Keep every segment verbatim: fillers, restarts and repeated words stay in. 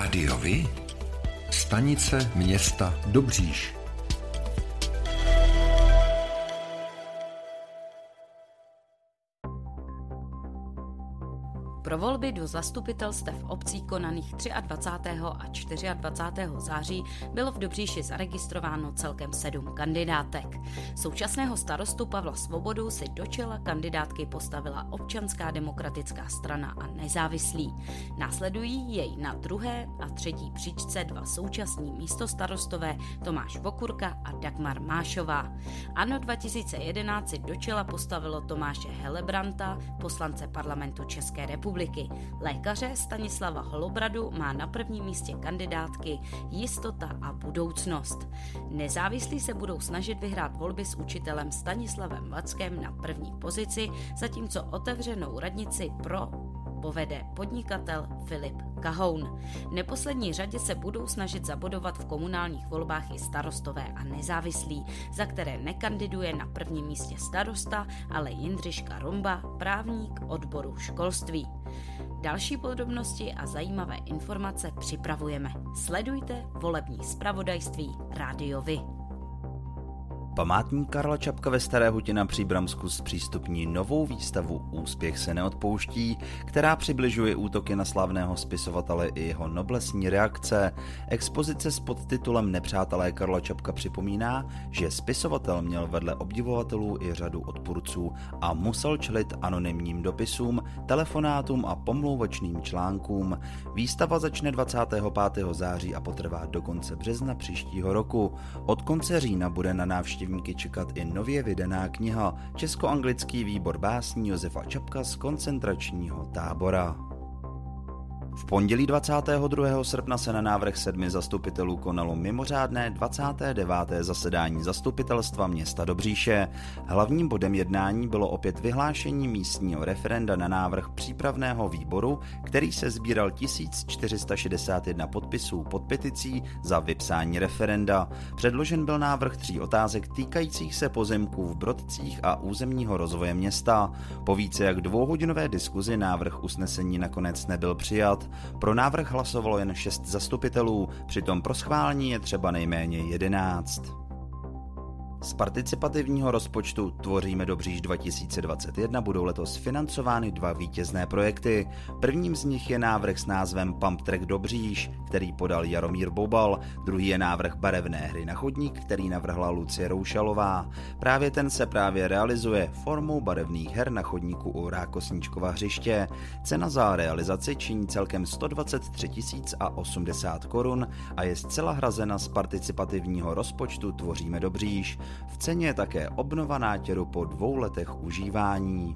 Rádiovi? Stanice města Dobříš. Pro volby do zastupitelstev obcí konaných dvacátého třetího a dvacátého čtvrtého září bylo v Dobříši zaregistrováno celkem sedm kandidátek. Současného starostu Pavla Svobodu si do čela kandidátky postavila Občanská demokratická strana a Nezávislí. Následují jej na druhé a třetí příčce dva současní místostarostové Tomáš Vokurka a Dagmar Mášová. ANO dva tisíce jedenáct si do čela postavilo Tomáše Helebranta, poslance parlamentu České republiky. Lékaře Stanislava Holobradu má na prvním místě kandidátky Jistota a budoucnost. Nezávislí se budou snažit vyhrát volby s učitelem Stanislavem Vackem na první pozici, zatímco otevřenou radnici pro povede podnikatel Filip Kahoun. V neposlední řadě se budou snažit zabodovat v komunálních volbách i starostové a nezávislí, za které nekandiduje na prvním místě starosta, ale Jindřiška Romba, právník odboru školství. Další podrobnosti a zajímavé informace připravujeme. Sledujte volební zpravodajství Rádiovi. Památník Karla Čapka ve Staré Huti na Příbramsku zpřístupní novou výstavu Úspěch se neodpouští, která přibližuje útoky na slavného spisovatele i jeho noblesní reakce. Expozice s podtitulem Nepřátelé Karla Čapka připomíná, že spisovatel měl vedle obdivovatelů i řadu odpůrců a musel čelit anonymním dopisům, telefonátům a pomlouvačným článkům. Výstava začne dvacátého pátého září a potrvá do konce března příštího roku. Od konce října bude na návštěvě čekat i nově vydaná kniha Česko-anglický výbor básní Josefa Čapka z koncentračního tábora. V pondělí dvacátého druhého srpna se na návrh sedmi zastupitelů konalo mimořádné dvacáté deváté zasedání zastupitelstva města Dobříše. Hlavním bodem jednání bylo opět vyhlášení místního referenda na návrh přípravného výboru, který se sbíral tisíc čtyři sta šedesát jedna podpisů pod peticí za vypsání referenda. Předložen byl návrh tří otázek týkajících se pozemků v Brodcích a územního rozvoje města. Po více jak dvouhodinové diskuzi návrh usnesení nakonec nebyl přijat. Pro návrh hlasovalo jen šest zastupitelů, přitom pro schválení je třeba nejméně jedenáct. Z participativního rozpočtu Tvoříme Dobříš dva tisíce dvacet jedna budou letos financovány dva vítězné projekty. Prvním z nich je návrh s názvem Pump Track Dobříš, který podal Jaromír Bobal, druhý je návrh Barevné hry na chodník, který navrhla Lucie Roušalová. Právě ten se právě realizuje formou barevných her na chodníku u Rákosníčkova hřiště. Cena za realizaci činí celkem sto dvacet tři tisíc osmdesát korun a je zcela hrazena z participativního rozpočtu Tvoříme Dobříš. V ceně je také obnova nátěru po dvou letech užívání.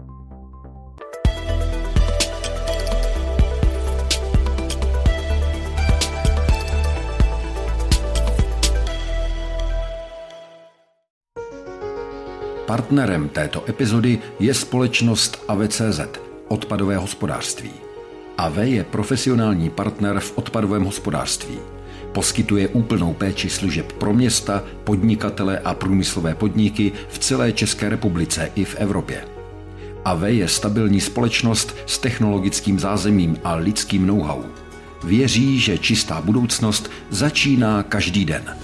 Partnerem této epizody je společnost A V C Z, odpadové hospodářství. A V je profesionální partner v odpadovém hospodářství. Poskytuje úplnou péči služeb pro města, podnikatele a průmyslové podniky v celé České republice i v Evropě. A V je stabilní společnost s technologickým zázemím a lidským know-how. Věří, že čistá budoucnost začíná každý den.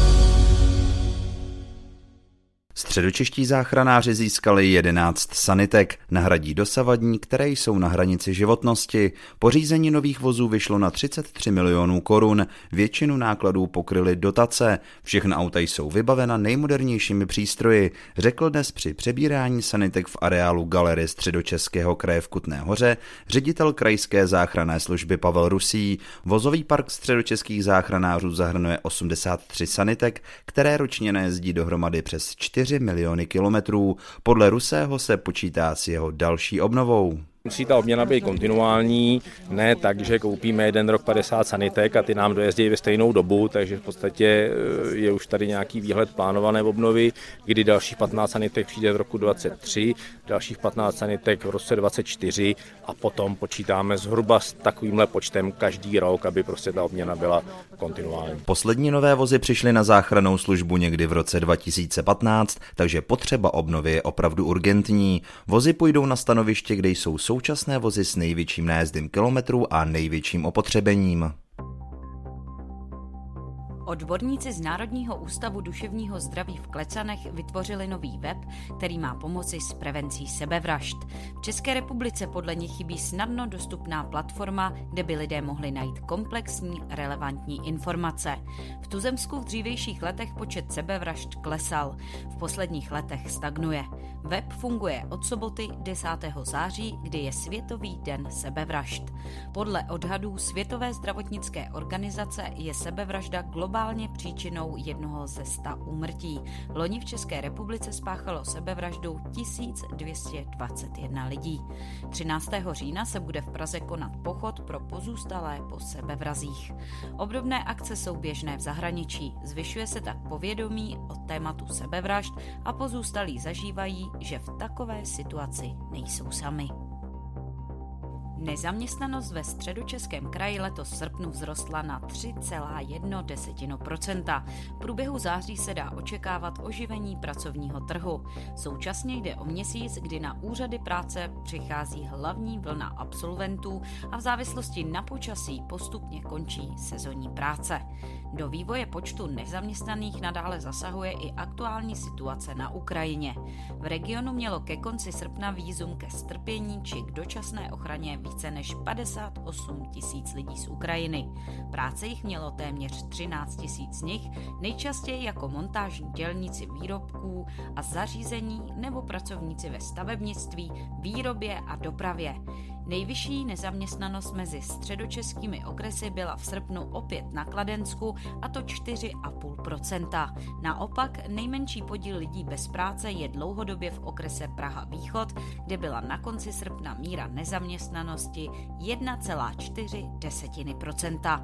Středočeští záchranáři získali jedenáct sanitek, nahradí dosavadní, které jsou na hranici životnosti. Pořízení nových vozů vyšlo na třicet tři milionů korun, většinu nákladů pokryly dotace. Všechna auta jsou vybavena nejmodernějšími přístroji, řekl dnes při přebírání sanitek v areálu Galerie Středočeského kraje v Kutné Hoře ředitel krajské záchranné služby Pavel Rusý. Vozový park středočeských záchranářů zahrnuje osmdesát tři sanitek, které ročně najezdí dohromady přes čtyři miliony kilometrů. Podle Rusého se počítá s jeho další obnovou. Musí ta obměna být kontinuální, ne tak, že koupíme jeden rok padesát sanitek a ty nám dojezdí ve stejnou dobu, takže v podstatě je už tady nějaký výhled plánované obnovy, kdy dalších patnáct sanitek přijde v roku dvacet tři, dalších patnáct sanitek v roce dvacet čtyři a potom počítáme zhruba s takovýmhle počtem každý rok, aby prostě ta obměna byla kontinuální. Poslední nové vozy přišly na záchrannou službu někdy v roce dva tisíce patnáct, takže potřeba obnovy je opravdu urgentní. Vozy půjdou na stanoviště, kde jsou současné vozy s největším nájezdem kilometrů a největším opotřebením. Odborníci z Národního ústavu duševního zdraví v Klecanech vytvořili nový web, který má pomoci s prevencí sebevražd. V České republice podle nich chybí snadno dostupná platforma, kde by lidé mohli najít komplexní, relevantní informace. V tuzemsku v dřívějších letech počet sebevražd klesal, v posledních letech stagnuje. Web funguje od soboty desátého září, kdy je Světový den sebevražd. Podle odhadů Světové zdravotnické organizace je sebevražda globálně příčinou jednoho ze sta úmrtí. Loni v České republice spáchalo sebevraždu tisíc dvě stě dvacet jedna lidí. třináctého října se bude v Praze konat pochod pro pozůstalé po sebevrazích. Obdobné akce jsou běžné v zahraničí. Zvyšuje se tak povědomí o tématu sebevražd a pozůstalí zažívají, že v takové situaci nejsou sami. Nezaměstnanost ve Středočeském kraji letos v srpnu vzrostla na tři celá jedna procenta. V průběhu září se dá očekávat oživení pracovního trhu. Současně jde o měsíc, kdy na úřady práce přichází hlavní vlna absolventů a v závislosti na počasí postupně končí sezonní práce. Do vývoje počtu nezaměstnaných nadále zasahuje i aktuální situace na Ukrajině. V regionu mělo ke konci srpna vízum ke strpění či k dočasné ochraně více než padesát osm tisíc lidí z Ukrajiny. Práce jich mělo téměř třináct tisíc z nich, nejčastěji jako montážní dělníci výrobků a zařízení nebo pracovníci ve stavebnictví, výrobě a dopravě. Nejvyšší nezaměstnanost mezi středočeskými okresy byla v srpnu opět na Kladensku, a to čtyři celá pět procenta. Naopak nejmenší podíl lidí bez práce je dlouhodobě v okrese Praha Východ, kde byla na konci srpna míra nezaměstnanosti jedna celá čtyři procenta.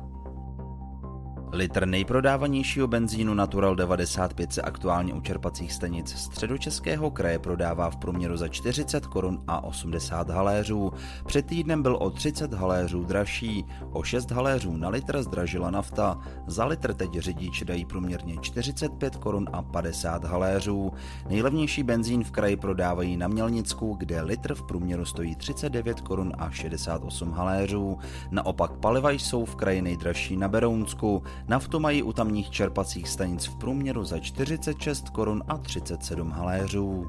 Litr nejprodávanějšího benzínu Natural devadesát pět se aktuálně u čerpacích stanic Středočeského kraje prodává v průměru za čtyřicet korun a osmdesát haléřů. Před týdnem byl o třicet haléřů dražší, o šest haléřů na litr zdražila nafta. Za litr teď řidiči dají průměrně čtyřicet pět korun a padesát haléřů. Nejlevnější benzín v kraji prodávají na Mělnicku, kde litr v průměru stojí třicet devět korun a šedesát osm haléřů. Naopak paliva jsou v kraji nejdražší na Berounsku. Naftu mají u tamních čerpacích stanic v průměru za čtyřicet šest korun a třicet sedm haléřů.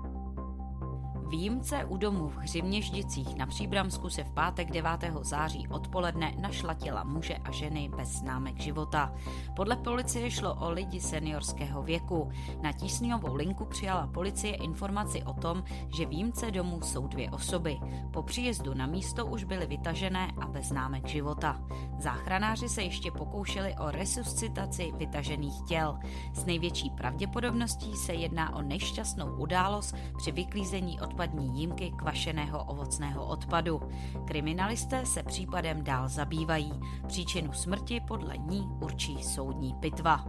Výjimce u domu v Hřivněždicích na Příbramsku se v pátek devátého září odpoledne našla těla muže a ženy bez známek života. Podle policie šlo o lidi seniorského věku. Na tísňovou linku přijala policie informaci o tom, že výjimce domu jsou dvě osoby. Po příjezdu na místo už byly vytažené a bez známek života. Záchranáři se ještě pokoušeli o resuscitaci vytažených těl. S největší pravděpodobností se jedná o nešťastnou událost při vyklízení odpadní jímky kvašeného ovocného odpadu. Kriminalisté se případem dál zabývají. Příčinu smrti podle ní určí soudní pitva.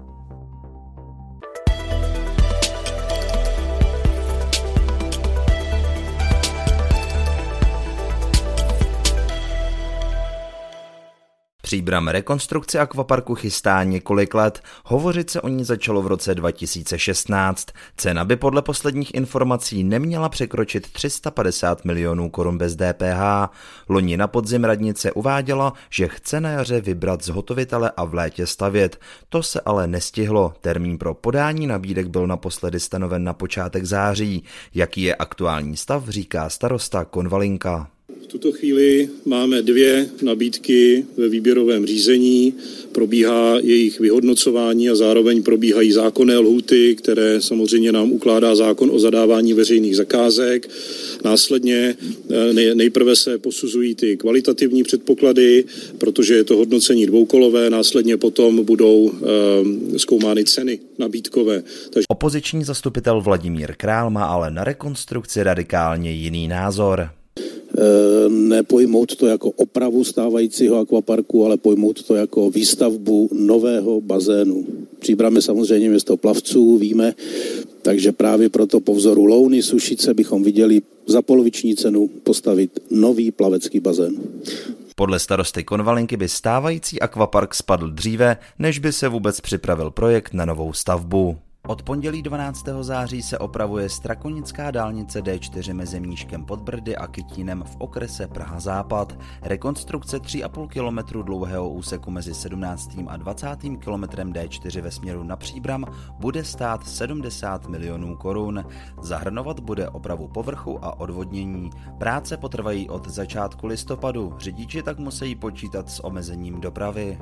Příbram rekonstrukci akvaparku chystá několik let, hovořit se o ní začalo v roce dva tisíce šestnáct. Cena by podle posledních informací neměla překročit tři sta padesát milionů korun bez D P H. Loni na podzim radnice uváděla, že chce na jaře vybrat zhotovitele a v létě stavět. To se ale nestihlo. Termín pro podání nabídek byl naposledy stanoven na počátek září. Jaký je aktuální stav, říká starosta Konvalinka. V tuto chvíli máme dvě nabídky ve výběrovém řízení, probíhá jejich vyhodnocování a zároveň probíhají zákonné lhůty, které samozřejmě nám ukládá zákon o zadávání veřejných zakázek. Následně nejprve se posuzují ty kvalitativní předpoklady, protože je to hodnocení dvoukolové, následně potom budou zkoumány ceny nabídkové. Takže... Opoziční zastupitel Vladimír Král má ale na rekonstrukci radikálně jiný názor. Nepojmout to jako opravu stávajícího akvaparku, ale pojmout to jako výstavbu nového bazénu. Příbram je samozřejmě město plavců, víme, takže právě proto po vzoru Louny, Sušice bychom viděli za poloviční cenu postavit nový plavecký bazén. Podle starosty Konvalinky by stávající akvapark spadl dříve, než by se vůbec připravil projekt na novou stavbu. Od pondělí dvanáctého září se opravuje strakonická dálnice D čtyři mezi Mníškem pod Brdy a Kytínem v okrese Praha-Západ. Rekonstrukce tři a půl kilometru dlouhého úseku mezi sedmnáctým a dvacátým kilometrem D čtyři ve směru na Příbram bude stát sedmdesát milionů korun. Zahrnovat bude opravu povrchu a odvodnění. Práce potrvají od začátku listopadu, řidiči tak musí počítat s omezením dopravy.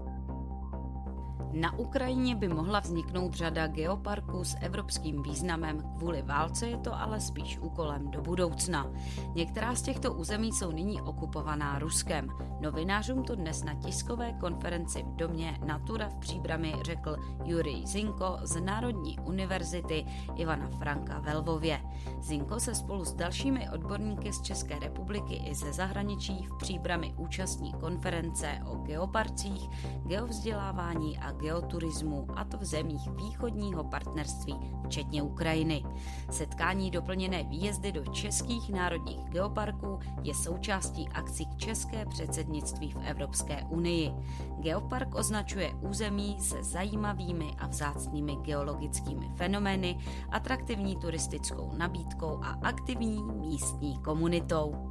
Na Ukrajině by mohla vzniknout řada geoparků s evropským významem, kvůli válce je to ale spíš úkolem do budoucna. Některá z těchto území jsou nyní okupovaná Ruskem. Novinářům to dnes na tiskové konferenci v domě Natura v Příbrami řekl Jurij Zinko z Národní univerzity Ivana Franka ve Lvově. Zinko se spolu s dalšími odborníky z České republiky i ze zahraničí v Příbrami účastní konference o geoparcích, geovzdělávání a geoturismu, a to v zemích východního partnerství, včetně Ukrajiny. Setkání doplněné výjezdy do českých národních geoparků je součástí akcí České předsednictví v Evropské unii. Geopark označuje území se zajímavými a vzácnými geologickými fenomény, atraktivní turistickou nabídkou a aktivní místní komunitou.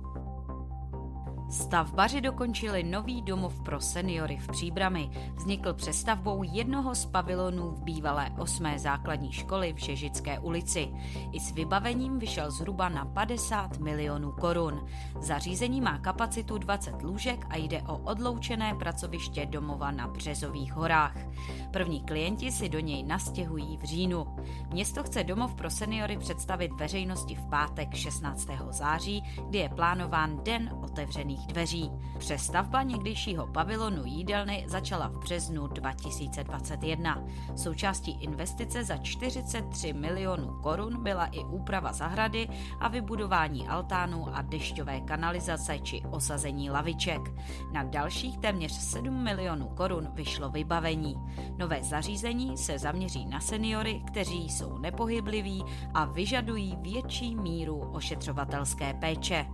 Stavbaři dokončili nový domov pro seniory v Příbrami. Vznikl přestavbou jednoho z pavilonů v bývalé osmé základní školy v Žežické ulici. I s vybavením vyšel zhruba na padesát milionů korun. Zařízení má kapacitu dvacet lůžek a jde o odloučené pracoviště domova na Březových horách. První klienti si do něj nastěhují v říjnu. Město chce domov pro seniory představit veřejnosti v pátek šestnáctého září, kdy je plánován den otevřených dveří. Přestavba někdejšího pavilonu jídelny začala v březnu dva tisíce dvacet jedna. Součástí investice za čtyřicet tři milionů korun byla i úprava zahrady a vybudování altánů a dešťové kanalizace či osazení laviček. Na dalších téměř sedm milionů korun vyšlo vybavení. Nové zařízení se zaměří na seniory, kteří jsou nepohybliví a vyžadují větší míru ošetřovatelské péče.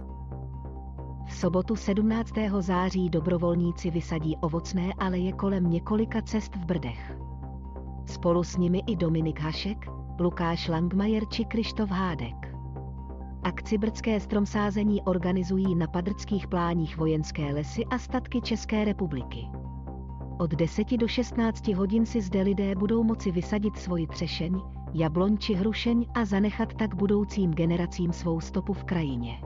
V sobotu sedmnáctého září dobrovolníci vysadí ovocné aleje kolem několika cest v Brdech. Spolu s nimi i Dominik Hašek, Lukáš Langmajer či Krištof Hádek. Akci Brdské stromsázení organizují na Padrckých pláních Vojenské lesy a statky České republiky. Od deseti do šestnácti hodin si zde lidé budou moci vysadit svoji třešeň, jabloň či hrušeň a zanechat tak budoucím generacím svou stopu v krajině.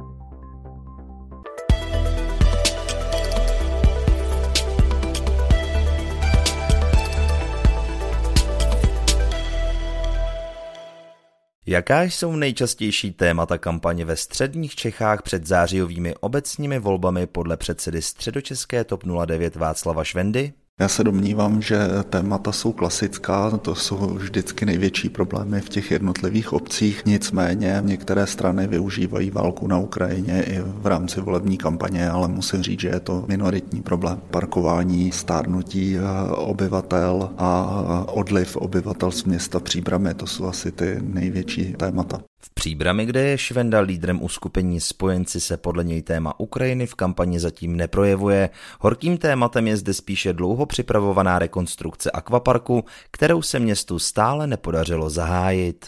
Jaká jsou nejčastější témata kampaně ve středních Čechách před zářijovými obecními volbami podle předsedy Středočeské TOP nula devět Václava Švendy? Já se domnívám, že témata jsou klasická, to jsou vždycky největší problémy v těch jednotlivých obcích, nicméně některé strany využívají válku na Ukrajině i v rámci volební kampaně, ale musím říct, že je to minoritní problém. Parkování, stárnutí obyvatel a odliv obyvatel z města Příbramy, to jsou asi ty největší témata. V Příbrami, kde je Švenda lídrem uskupení Spojenci, se podle něj téma Ukrajiny v kampani zatím neprojevuje. Horkým tématem je zde spíše dlouho připravovaná rekonstrukce akvaparku, kterou se městu stále nepodařilo zahájit.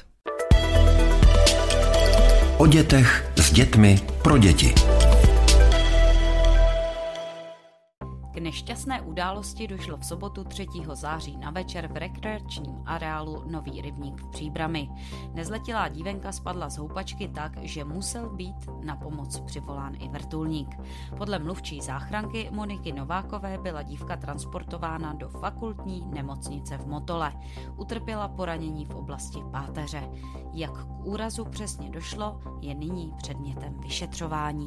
O dětech, s dětmi, pro děti. K nešťastné události došlo v sobotu třetího září na večer v rekreačním areálu Nový rybník v Příbrami. Nezletilá dívenka spadla z houpačky tak, že musel být na pomoc přivolán i vrtulník. Podle mluvčí záchranky Moniky Novákové byla dívka transportována do fakultní nemocnice v Motole. Utrpěla poranění v oblasti páteře. Jak k úrazu přesně došlo, je nyní předmětem vyšetřování.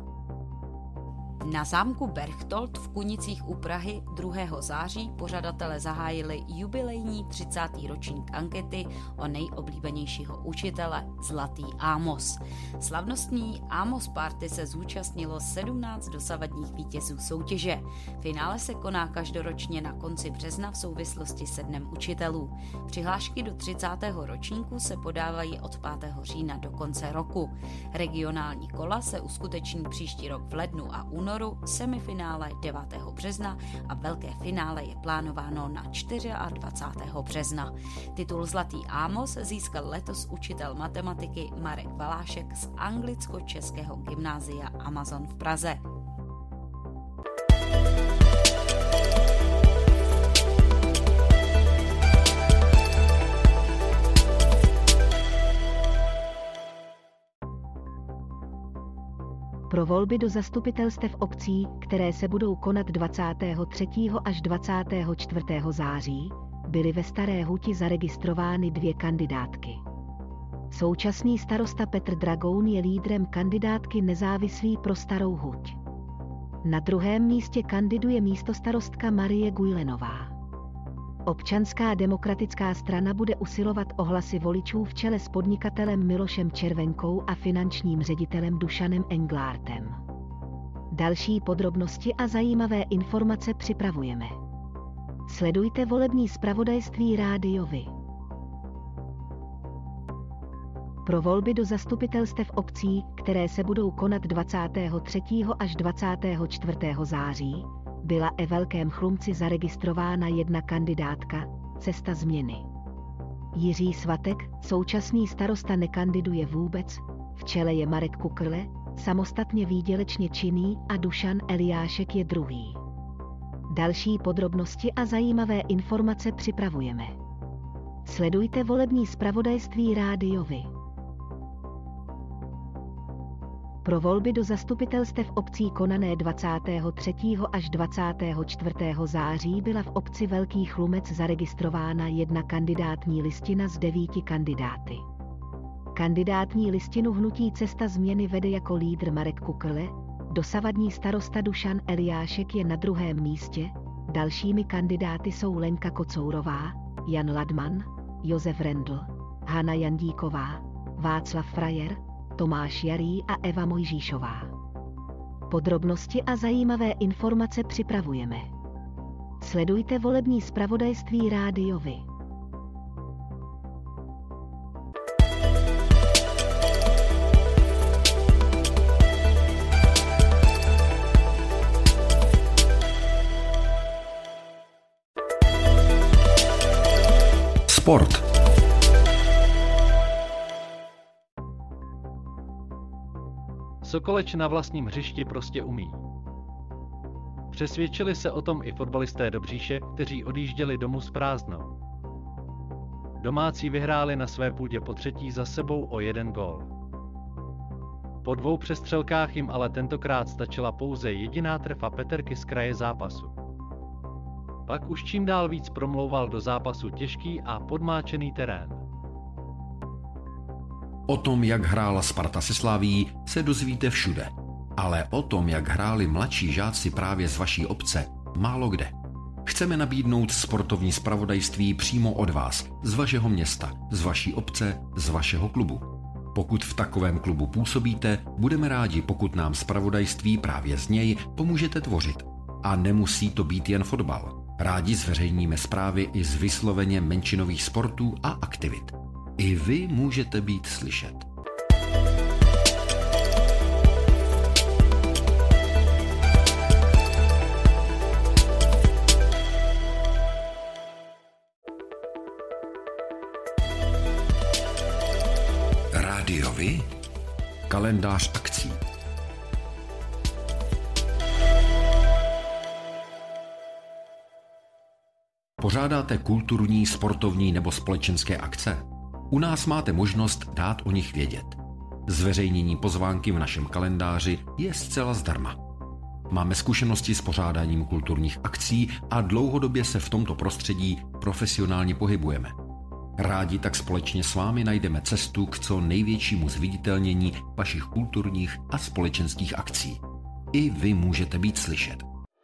Na zámku Berchtold v Kunicích u Prahy druhého září pořadatelé zahájili jubilejní třicátý ročník ankety o nejoblíbenějšího učitele Zlatý Ámos. Slavnostní Ámos Party se zúčastnilo sedmnáct dosavadních vítězů soutěže. Finále se koná každoročně na konci března v souvislosti se Dnem učitelů. Přihlášky do třicátého ročníku se podávají od pátého října do konce roku. Regionální kola se uskuteční příští rok v lednu a únoru únoru, semifinále devátého března a velké finále je plánováno na dvacátého čtvrtého března. Titul Zlatý Ámos získal letos učitel matematiky Marek Valášek z anglicko-českého gymnázia Amazon v Praze. Pro volby do zastupitelstev obcí, které se budou konat dvacátého třetího až dvacátého čtvrtého září, byly ve Staré Huti zaregistrovány dvě kandidátky. Současný starosta Petr Dragoun je lídrem kandidátky Nezávislý pro Starou Huť. Na druhém místě kandiduje místostarostka Marie Gujlenová. Občanská demokratická strana bude usilovat o hlasy voličů v čele s podnikatelem Milošem Červenkou a finančním ředitelem Dušanem Englártem. Další podrobnosti a zajímavé informace připravujeme. Sledujte volební zpravodajství Rádio Vy. Pro volby do zastupitelstev obcí, které se budou konat dvacátého třetího až dvacátého čtvrtého září, byla ve Velkém Chlumci zaregistrována jedna kandidátka, Cesta změny. Jiří Svatek, současný starosta, nekandiduje vůbec, v čele je Marek Kukrle, samostatně výdělečně činný, a Dušan Eliášek je druhý. Další podrobnosti a zajímavé informace připravujeme. Sledujte volební zpravodajství Rádio Vy. Pro volby do zastupitelstev obcí konané dvacátého třetího až dvacátého čtvrtého září byla v obci Velký Chlumec zaregistrována jedna kandidátní listina z devíti kandidáty. Kandidátní listinu hnutí Cesta změny vede jako lídr Marek Kukrle, dosavadní starosta Dušan Eliášek je na druhém místě, dalšími kandidáty jsou Lenka Kocourová, Jan Ladman, Josef Rendl, Hana Jandíková, Václav Frajer, Tomáš Jarý a Eva Mojžíšová. Podrobnosti a zajímavé informace připravujeme. Sledujte volební zpravodajství Rádio Vy. Sport. Sokoleč na vlastním hřišti prostě umí. Přesvědčili se o tom i fotbalisté Dobříše, kteří odjížděli domů s prázdnou. Domácí vyhráli na své půdě po třetí za sebou o jeden gól. Po dvou přestřelkách jim ale tentokrát stačila pouze jediná trefa Peterky z kraje zápasu. Pak už čím dál víc promlouval do zápasu těžký a podmáčený terén. O tom, jak hrála Sparta se Slavií, se dozvíte všude. Ale o tom, jak hráli mladší žáci právě z vaší obce, málo kde. Chceme nabídnout sportovní zpravodajství přímo od vás, z vašeho města, z vaší obce, z vašeho klubu. Pokud v takovém klubu působíte, budeme rádi, pokud nám zpravodajství právě z něj pomůžete tvořit. A nemusí to být jen fotbal. Rádi zveřejníme zprávy i z vysloveně menšinových sportů a aktivit. I vy můžete být slyšet. Rádio Vy, kalendář akcí. Pořádáte kulturní, sportovní nebo společenské akce? U nás máte možnost dát o nich vědět. Zveřejnění pozvánky v našem kalendáři je zcela zdarma. Máme zkušenosti s pořádáním kulturních akcí a dlouhodobě se v tomto prostředí profesionálně pohybujeme. Rádi tak společně s vámi najdeme cestu k co největšímu zviditelnění vašich kulturních a společenských akcí. I vy můžete být slyšet.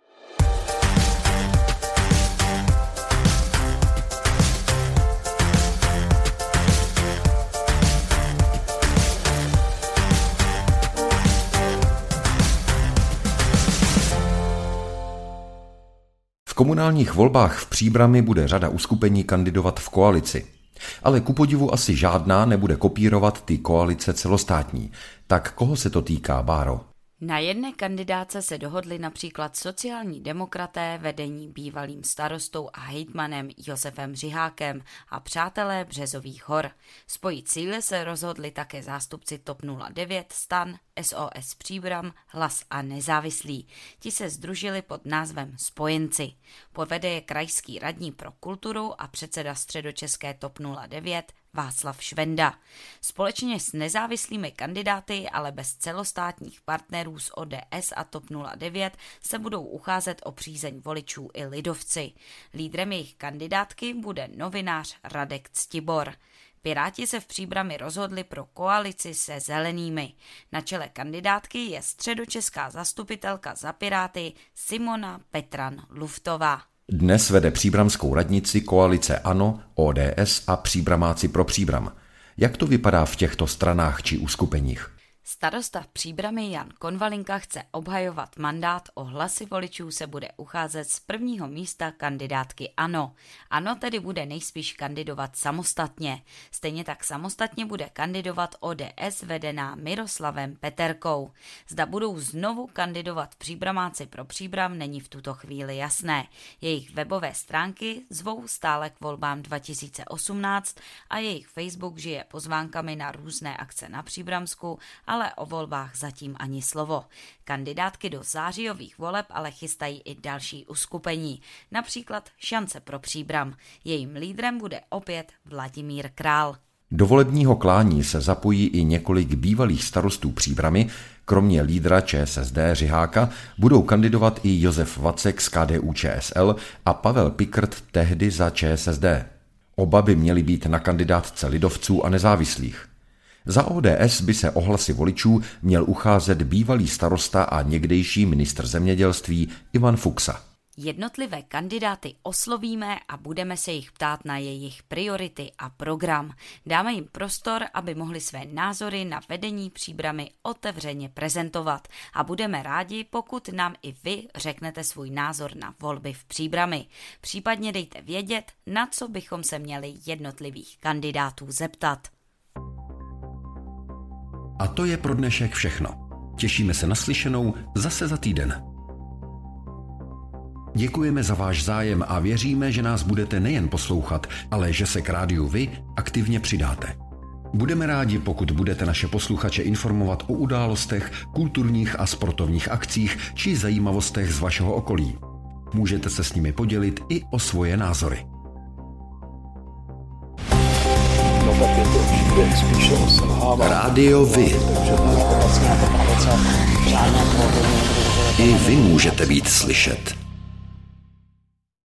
V komunálních volbách v Příbrami bude řada uskupení kandidovat v koalici. Ale ku podivu asi žádná nebude kopírovat ty koalice celostátní. Tak koho se to týká, Báro? Na jedné kandidáce se dohodli například sociální demokraté vedení bývalým starostou a hejtmanem Josefem Řihákem a přátelé Březových hor. Spojit síly se rozhodli také zástupci TOP nula devět, STAN, S O S Příbram, Hlas a Nezávislí. Ti se sdružili pod názvem Spojenci. Povede je krajský radní pro kulturu a předseda středočeské TOP nula devět Václav Švenda. Společně s nezávislými kandidáty, ale bez celostátních partnerů z O D S a TOP nula devět se budou ucházet o přízeň voličů i lidovci. Lídrem jejich kandidátky bude novinář Radek Ctibor. Piráti se v Příbrami rozhodli pro koalici se zelenými. Na čele kandidátky je středočeská zastupitelka za Piráty Simona Petran-Luftová. Dnes vede příbramskou radnici koalice ANO, O D S a Příbramáci pro Příbram. Jak to vypadá v těchto stranách či uskupeních? Starosta v Příbrami Jan Konvalinka chce obhajovat mandát, o hlasy voličů se bude ucházet z prvního místa kandidátky ANO. ANO tedy bude nejspíš kandidovat samostatně. Stejně tak samostatně bude kandidovat O D S vedená Miroslavem Peterkou. Zda budou znovu kandidovat Příbramáci pro Příbram, není v tuto chvíli jasné. Jejich webové stránky zvou stále k volbám dva tisíce osmnáct a jejich Facebook žije pozvánkami na různé akce na Příbramsku, ale o volbách zatím ani slovo. Kandidátky do zářijových voleb ale chystají i další uskupení, například Šance pro Příbram. Jejím lídrem bude opět Vladimír Král. Do volebního klání se zapojí i několik bývalých starostů Příbrami, kromě lídra Č S S D Řiháka budou kandidovat i Josef Vacek z K D U Č S L a Pavel Pikrt tehdy za Č S S D. Oba by měli být na kandidátce lidovců a nezávislých. Za O D S by se o hlasy voličů měl ucházet bývalý starosta a někdejší ministr zemědělství Ivan Fuksa. Jednotlivé kandidáty oslovíme a budeme se jich ptát na jejich priority a program. Dáme jim prostor, aby mohli své názory na vedení Příbrami otevřeně prezentovat a budeme rádi, pokud nám i vy řeknete svůj názor na volby v Příbrami. Případně dejte vědět, na co bychom se měli jednotlivých kandidátů zeptat. A to je pro dnešek všechno. Těšíme se na slyšenou zase za týden. Děkujeme za váš zájem a věříme, že nás budete nejen poslouchat, ale že se k rádiu vy aktivně přidáte. Budeme rádi, pokud budete naše posluchače informovat o událostech, kulturních a sportovních akcích či zajímavostech z vašeho okolí. Můžete se s nimi podělit i o svoje názory. Rádio Vy. I vy můžete být slyšet.